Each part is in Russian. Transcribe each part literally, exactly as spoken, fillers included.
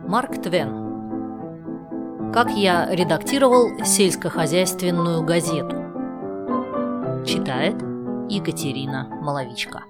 Марк Твен. Как я редактировал сельскохозяйственную газету. Читает Екатерина Маловичка.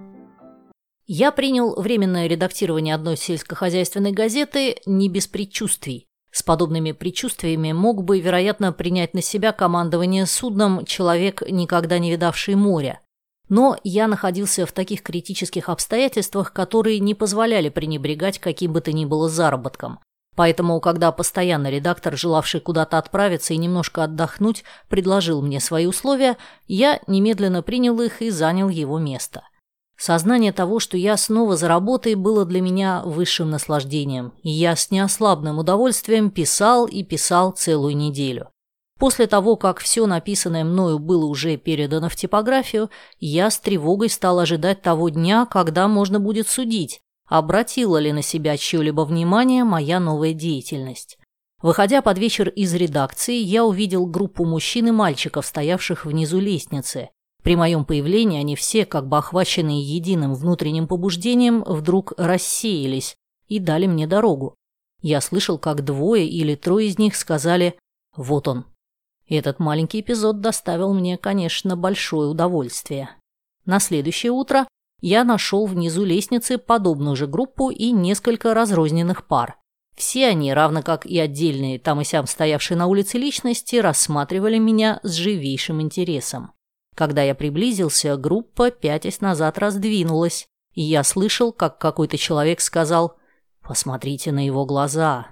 Я принял временное редактирование одной сельскохозяйственной газеты не без предчувствий. С подобными предчувствиями мог бы, вероятно, принять на себя командование судном человек, никогда не видавший моря. Но я находился в таких критических обстоятельствах, которые не позволяли пренебрегать каким бы то ни было заработком. Поэтому, когда постоянный редактор, желавший куда-то отправиться и немножко отдохнуть, предложил мне свои условия, я немедленно принял их и занял его место. Сознание того, что я снова за работой, было для меня высшим наслаждением, и я с неослабным удовольствием писал и писал целую неделю. После того, как все написанное мною было уже передано в типографию, я с тревогой стал ожидать того дня, когда можно будет судить, обратила ли на себя чье-либо внимание моя новая деятельность. Выходя под вечер из редакции, я увидел группу мужчин и мальчиков, стоявших внизу лестницы. При моем появлении они все, как бы охваченные единым внутренним побуждением, вдруг рассеялись и дали мне дорогу. Я слышал, как двое или трое из них сказали «вот он». Этот маленький эпизод доставил мне, конечно, большое удовольствие. На следующее утро я нашел внизу лестницы подобную же группу и несколько разрозненных пар. Все они, равно как и отдельные там и сям стоявшие на улице личности, рассматривали меня с живейшим интересом. Когда я приблизился, группа, пятясь назад, раздвинулась, и я слышал, как какой-то человек сказал «посмотрите на его глаза».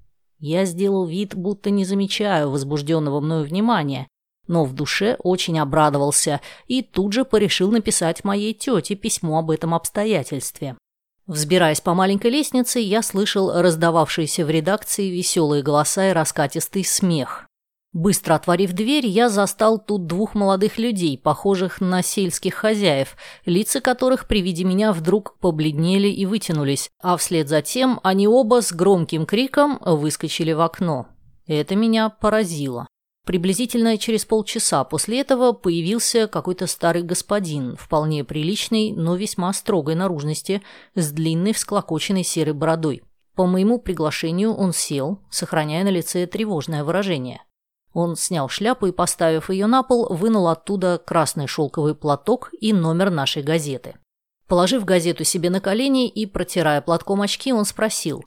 Я сделал вид, будто не замечаю возбужденного мною внимания, но в душе очень обрадовался и тут же порешил написать моей тете письмо об этом обстоятельстве. Взбираясь по маленькой лестнице, я слышал раздававшиеся в редакции веселые голоса и раскатистый смех. Быстро отворив дверь, я застал тут двух молодых людей, похожих на сельских хозяев, лица которых при виде меня вдруг побледнели и вытянулись, а вслед за тем они оба с громким криком выскочили в окно. Это меня поразило. Приблизительно через полчаса после этого появился какой-то старый господин, вполне приличный, но весьма строгой наружности, с длинной всклокоченной серой бородой. По моему приглашению он сел, сохраняя на лице тревожное выражение. Он снял шляпу и, поставив ее на пол, вынул оттуда красный шелковый платок и номер нашей газеты. Положив газету себе на колени и протирая платком очки, он спросил: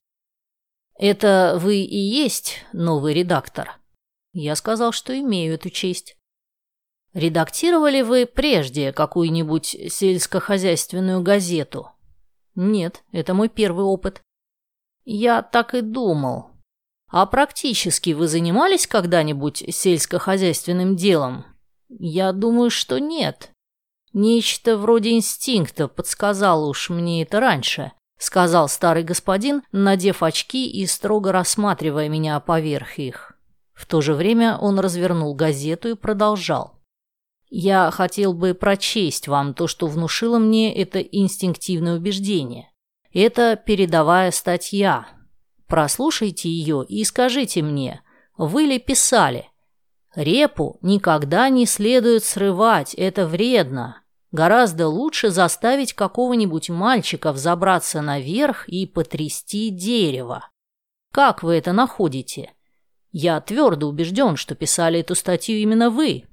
«Это вы и есть новый редактор?» Я сказал, что имею эту честь. «Редактировали вы прежде какую-нибудь сельскохозяйственную газету?» «Нет, это мой первый опыт». «Я так и думал. А практически вы занимались когда-нибудь сельскохозяйственным делом?» «Я думаю, что нет. Нечто вроде инстинкта подсказало уж мне это раньше», — сказал старый господин, надев очки и строго рассматривая меня поверх их. В то же время он развернул газету и продолжал. «Я хотел бы прочесть вам то, что внушило мне это инстинктивное убеждение. Это передовая статья. Прослушайте ее и скажите мне, вы ли писали: «Репу никогда не следует срывать, это вредно. Гораздо лучше заставить какого-нибудь мальчика взобраться наверх и потрясти дерево». Как вы это находите? Я твердо убежден, что писали эту статью именно вы.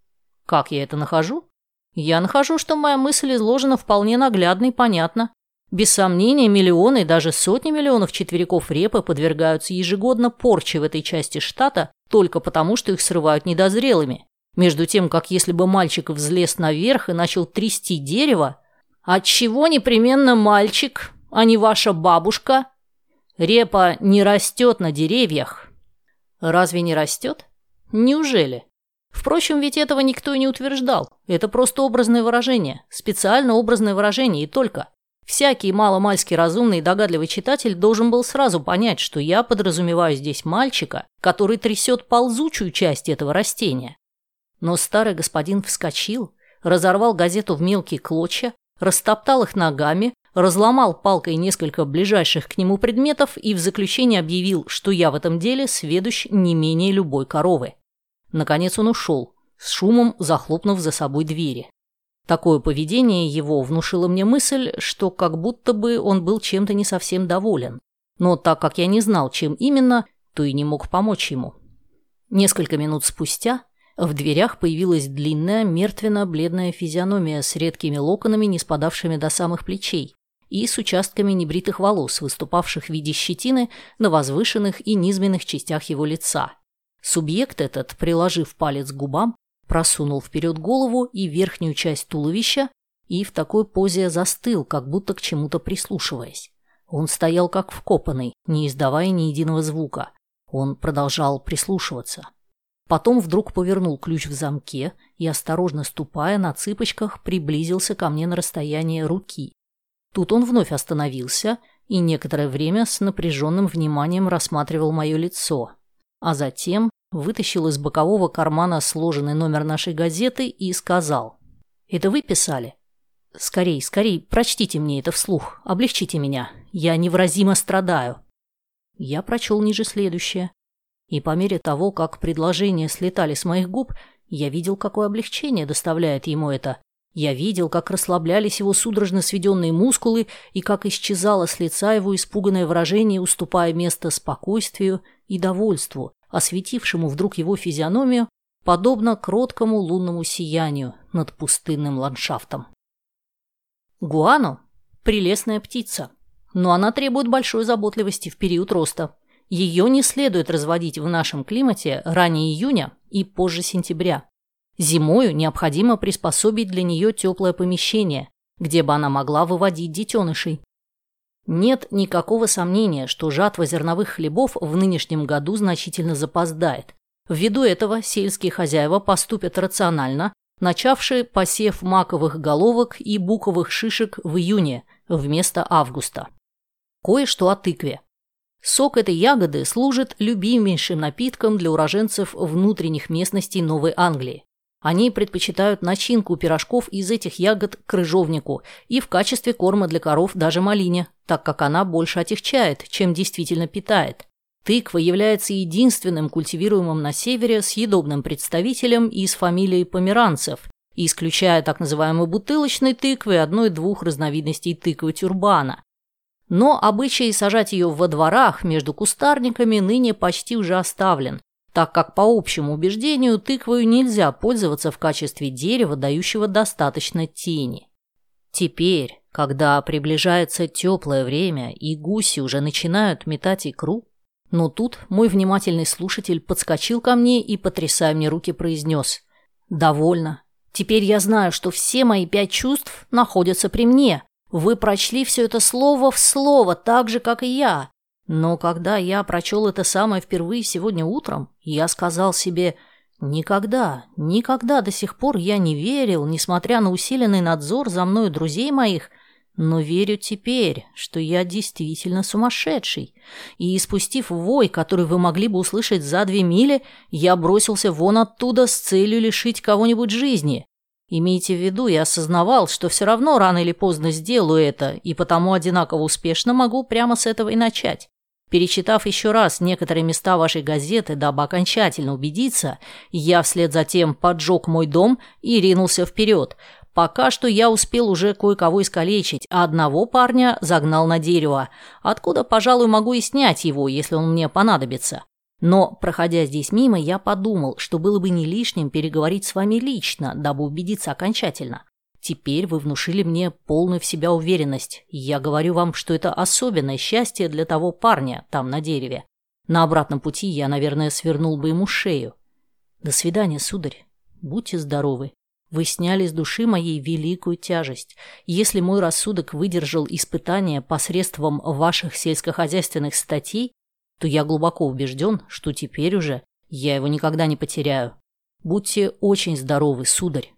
Как я это нахожу? Я нахожу, что моя мысль изложена вполне наглядно и понятно. Без сомнения, миллионы и даже сотни миллионов четвериков репы подвергаются ежегодно порче в этой части штата только потому, что их срывают недозрелыми. Между тем, как если бы мальчик взлез наверх и начал трясти дерево... Отчего непременно мальчик, а не ваша бабушка? Репа не растет на деревьях. Разве не растет? Неужели? Впрочем, ведь этого никто и не утверждал. Это просто образное выражение, специально образное выражение и только. Всякий маломальски разумный и догадливый читатель должен был сразу понять, что я подразумеваю здесь мальчика, который трясет ползучую часть этого растения. Но старый господин вскочил, разорвал газету в мелкие клочья, растоптал их ногами, разломал палкой несколько ближайших к нему предметов и в заключение объявил, что я в этом деле сведущ не менее любой коровы. Наконец он ушел, с шумом захлопнув за собой двери. Такое поведение его внушило мне мысль, что как будто бы он был чем-то не совсем доволен. Но так как я не знал, чем именно, то и не мог помочь ему. Несколько минут спустя в дверях появилась длинная, мертвенно-бледная физиономия с редкими локонами, не спадавшими до самых плечей, и с участками небритых волос, выступавших в виде щетины на возвышенных и низменных частях его лица. Субъект этот, приложив палец к губам, просунул вперед голову и верхнюю часть туловища и в такой позе застыл, как будто к чему-то прислушиваясь. Он стоял как вкопанный, не издавая ни единого звука. Он продолжал прислушиваться. Потом вдруг повернул ключ в замке и, осторожно ступая на цыпочках, приблизился ко мне на расстояние руки. Тут он вновь остановился и некоторое время с напряженным вниманием рассматривал мое лицо, а затем вытащил из бокового кармана сложенный номер нашей газеты и сказал: «Это вы писали? Скорей, скорей, прочтите мне это вслух, облегчите меня, я невыразимо страдаю». Я прочел ниже следующее. И по мере того, как предложения слетали с моих губ, я видел, какое облегчение доставляет ему это. Я видел, как расслаблялись его судорожно сведенные мускулы и как исчезало с лица его испуганное выражение, уступая место спокойствию и довольству, осветившему вдруг его физиономию, подобно кроткому лунному сиянию над пустынным ландшафтом. Гуано – прелестная птица, но она требует большой заботливости в период роста. Ее не следует разводить в нашем климате ранее июня и позже сентября. Зимою необходимо приспособить для нее теплое помещение, где бы она могла выводить детенышей. Нет никакого сомнения, что жатва зерновых хлебов в нынешнем году значительно запоздает. Ввиду этого сельские хозяева поступят рационально, начавшие посев маковых головок и буковых шишек в июне вместо августа. Кое-что о тыкве. Сок этой ягоды служит любимейшим напитком для уроженцев внутренних местностей Новой Англии. Они предпочитают начинку пирожков из этих ягод к крыжовнику и в качестве корма для коров даже малине, так как она больше отягчает, чем действительно питает. Тыква является единственным культивируемым на севере съедобным представителем из фамилии померанцев, исключая так называемой бутылочной тыквы и одной-двух разновидностей тыквы тюрбана. Но обычай сажать ее во дворах между кустарниками ныне почти уже оставлен, так как по общему убеждению тыквою нельзя пользоваться в качестве дерева, дающего достаточно тени. Теперь, когда приближается теплое время и гуси уже начинают метать икру, но тут мой внимательный слушатель подскочил ко мне и, потрясая мне руки, произнес: «Довольно. Теперь я знаю, что все мои пять чувств находятся при мне. Вы прочли все это слово в слово, так же, как и я. Но когда я прочел это самое впервые сегодня утром, я сказал себе: никогда, никогда до сих пор я не верил, несмотря на усиленный надзор за мною друзей моих, но верю теперь, что я действительно сумасшедший. И, испустив вой, который вы могли бы услышать за две мили, я бросился вон оттуда с целью лишить кого-нибудь жизни. Имейте в виду, я осознавал, что все равно рано или поздно сделаю это, и потому одинаково успешно могу прямо с этого и начать. Перечитав еще раз некоторые места вашей газеты, дабы окончательно убедиться, я вслед за тем поджег мой дом и ринулся вперед. Пока что я успел уже кое-кого искалечить, а одного парня загнал на дерево, откуда, пожалуй, могу и снять его, если он мне понадобится. Но, проходя здесь мимо, я подумал, что было бы не лишним переговорить с вами лично, дабы убедиться окончательно. Теперь вы внушили мне полную в себя уверенность, и я говорю вам, что это особенное счастье для того парня там на дереве. На обратном пути я, наверное, свернул бы ему шею. До свидания, сударь. Будьте здоровы. Вы сняли с души моей великую тяжесть. Если мой рассудок выдержал испытание посредством ваших сельскохозяйственных статей, то я глубоко убежден, что теперь уже я его никогда не потеряю. Будьте очень здоровы, сударь».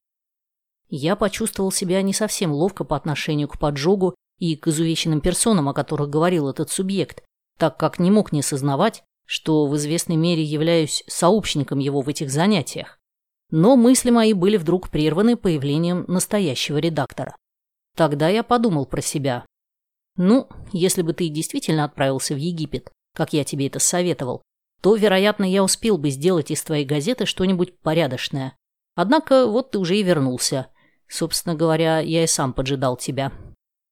Я почувствовал себя не совсем ловко по отношению к поджогу и к изувеченным персонам, о которых говорил этот субъект, так как не мог не сознавать, что в известной мере являюсь сообщником его в этих занятиях. Но мысли мои были вдруг прерваны появлением настоящего редактора. Тогда я подумал про себя. Ну, если бы ты действительно отправился в Египет, как я тебе это советовал, то, вероятно, я успел бы сделать из твоей газеты что-нибудь порядочное. Однако вот ты уже и вернулся. Собственно говоря, я и сам поджидал тебя.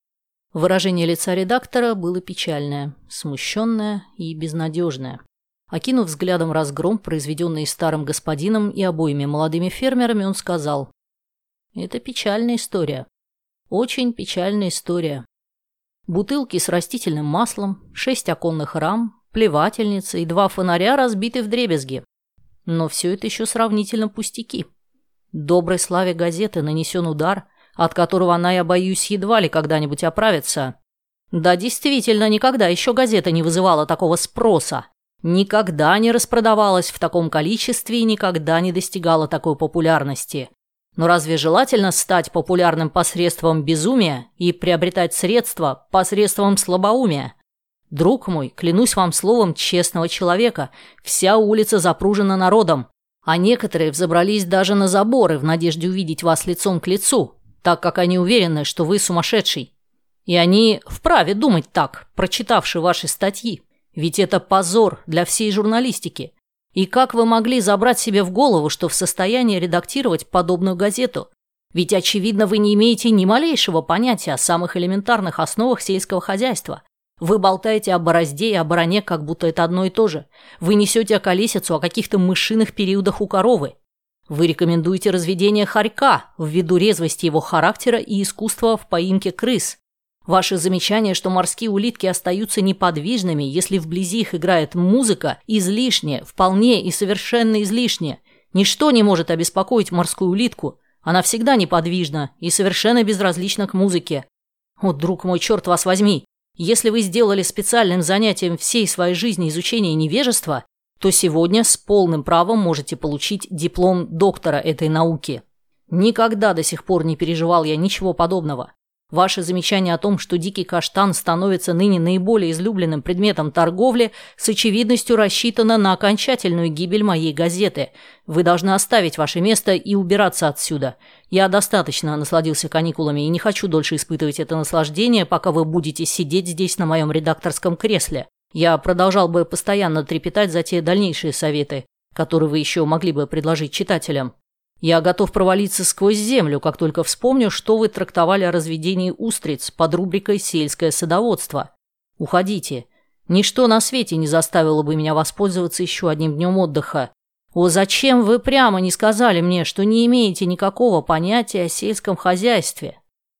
Выражение лица редактора было печальное, смущенное и безнадежное. Окинув взглядом разгром, произведенный старым господином и обоими молодыми фермерами, он сказал: «Это печальная история. Очень печальная история. Бутылки с растительным маслом, шесть оконных рам, плевательница и два фонаря разбиты вдребезги. Но все это еще сравнительно пустяки. Доброй славе газеты нанесен удар, от которого она, я боюсь, едва ли когда-нибудь оправится. Да, действительно, никогда еще газета не вызывала такого спроса, никогда не распродавалась в таком количестве и никогда не достигала такой популярности. Но разве желательно стать популярным посредством безумия и приобретать средства посредством слабоумия? Друг мой, клянусь вам словом честного человека, вся улица запружена народом, а некоторые взобрались даже на заборы в надежде увидеть вас лицом к лицу, так как они уверены, что вы сумасшедший. И они вправе думать так, прочитавши ваши статьи. Ведь это позор для всей журналистики. И как вы могли забрать себе в голову, что в состоянии редактировать подобную газету? Ведь, очевидно, вы не имеете ни малейшего понятия о самых элементарных основах сельского хозяйства. Вы болтаете о борозде и о баране, как будто это одно и то же. Вы несете околесицу о каких-то мышиных периодах у коровы. Вы рекомендуете разведение хорька ввиду резвости его характера и искусства в поимке крыс. Ваше замечание, что морские улитки остаются неподвижными, если вблизи их играет музыка, излишне, вполне и совершенно излишне. Ничто не может обеспокоить морскую улитку. Она всегда неподвижна и совершенно безразлична к музыке. О, друг мой, черт вас возьми! Если вы сделали специальным занятием всей своей жизни изучение невежества, то сегодня с полным правом можете получить диплом доктора этой науки. Никогда до сих пор не переживал я ничего подобного. Ваше замечание о том, что дикий каштан становится ныне наиболее излюбленным предметом торговли, с очевидностью рассчитано на окончательную гибель моей газеты. Вы должны оставить ваше место и убираться отсюда. Я достаточно насладился каникулами и не хочу дольше испытывать это наслаждение, пока вы будете сидеть здесь на моем редакторском кресле. Я продолжал бы постоянно трепетать за те дальнейшие советы, которые вы еще могли бы предложить читателям. Я готов провалиться сквозь землю, как только вспомню, что вы трактовали о разведении устриц под рубрикой «Сельское садоводство». Уходите. Ничто на свете не заставило бы меня воспользоваться еще одним днем отдыха. О, зачем вы прямо не сказали мне, что не имеете никакого понятия о сельском хозяйстве?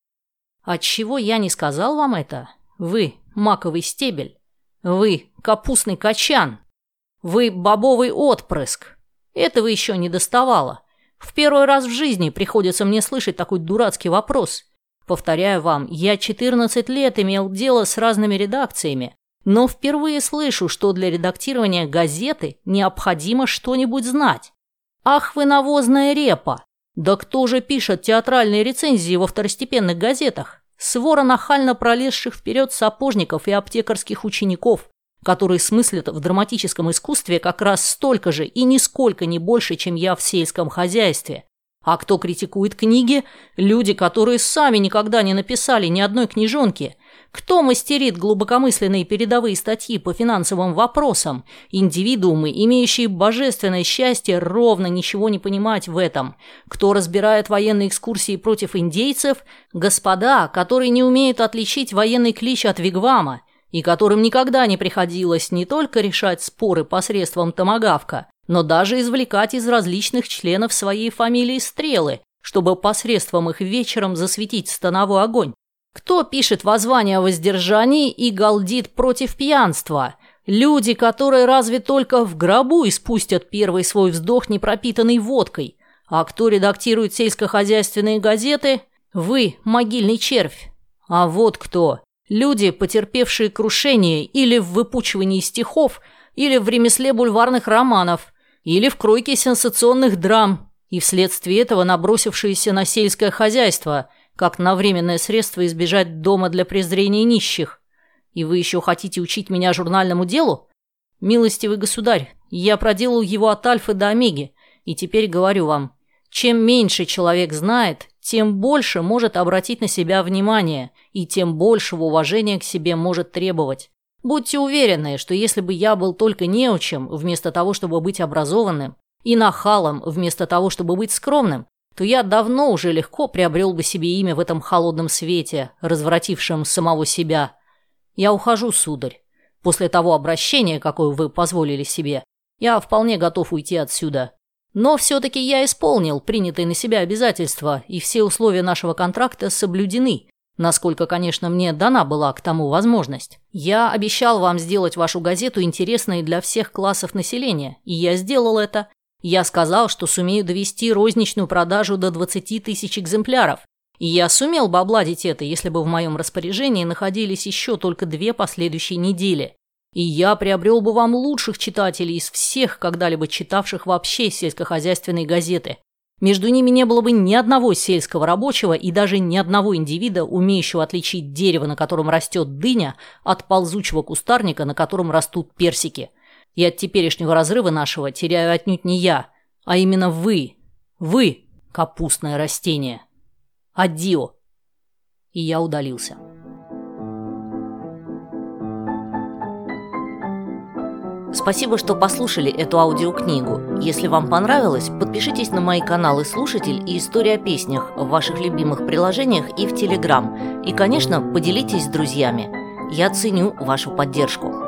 Отчего я не сказал вам это? Вы – маковый стебель. Вы – капустный качан. Вы – бобовый отпрыск. Этого еще не доставало. В первый раз в жизни приходится мне слышать такой дурацкий вопрос. Повторяю вам, я четырнадцать лет имел дело с разными редакциями, но впервые слышу, что для редактирования газеты необходимо что-нибудь знать. Ах вы навозная репа! Да кто же пишет театральные рецензии во второстепенных газетах? Свора нахально пролезших вперед сапожников и аптекарских учеников, которые смыслят в драматическом искусстве как раз столько же и нисколько не больше, чем я в сельском хозяйстве. А кто критикует книги? Люди, которые сами никогда не написали ни одной книжонки. Кто мастерит глубокомысленные передовые статьи по финансовым вопросам? Индивидуумы, имеющие божественное счастье ровно ничего не понимать в этом. Кто разбирает военные экскурсии против индейцев? Господа, которые не умеют отличить военный клич от вигвама, и которым никогда не приходилось не только решать споры посредством томагавка, но даже извлекать из различных членов своей фамилии стрелы, чтобы посредством их вечером засветить становой огонь. Кто пишет воззвание о воздержании и галдит против пьянства? Люди, которые разве только в гробу испустят первый свой вздох, не пропитанный водкой. А кто редактирует сельскохозяйственные газеты? Вы, могильный червь. А вот кто. Люди, потерпевшие крушение или в выпучивании стихов, или в ремесле бульварных романов, или в кройке сенсационных драм, и вследствие этого набросившиеся на сельское хозяйство, как на временное средство избежать дома для презрения нищих. И вы еще хотите учить меня журнальному делу? Милостивый государь, я проделал его от альфы до омеги, и теперь говорю вам, чем меньше человек знает, тем больше может обратить на себя внимание, и тем большего уважения к себе может требовать. Будьте уверены, что если бы я был только неучем, вместо того, чтобы быть образованным, и нахалом, вместо того, чтобы быть скромным, то я давно уже легко приобрел бы себе имя в этом холодном свете, развратившем самого себя. Я ухожу, сударь. После того обращения, какое вы позволили себе, я вполне готов уйти отсюда. Но все-таки я исполнил принятые на себя обязательства, и все условия нашего контракта соблюдены, насколько, конечно, мне дана была к тому возможность. Я обещал вам сделать вашу газету интересной для всех классов населения, и я сделал это. Я сказал, что сумею довести розничную продажу до двадцати тысяч экземпляров, и я сумел бы обладить это, если бы в моем распоряжении находились еще только две последующие недели. И я приобрел бы вам лучших читателей из всех, когда-либо читавших вообще сельскохозяйственные газеты. Между ними не было бы ни одного сельского рабочего и даже ни одного индивида, умеющего отличить дерево, на котором растет дыня, от ползучего кустарника, на котором растут персики. И от теперешнего разрыва нашего теряю отнюдь не я, а именно вы. Вы, капустное растение. Аддио. И я удалился. Спасибо, что послушали эту аудиокнигу. Если вам понравилось, подпишитесь на мои каналы «Слушатель» и «История о песнях» в ваших любимых приложениях и в Телеграм. И, конечно, поделитесь с друзьями. Я ценю вашу поддержку.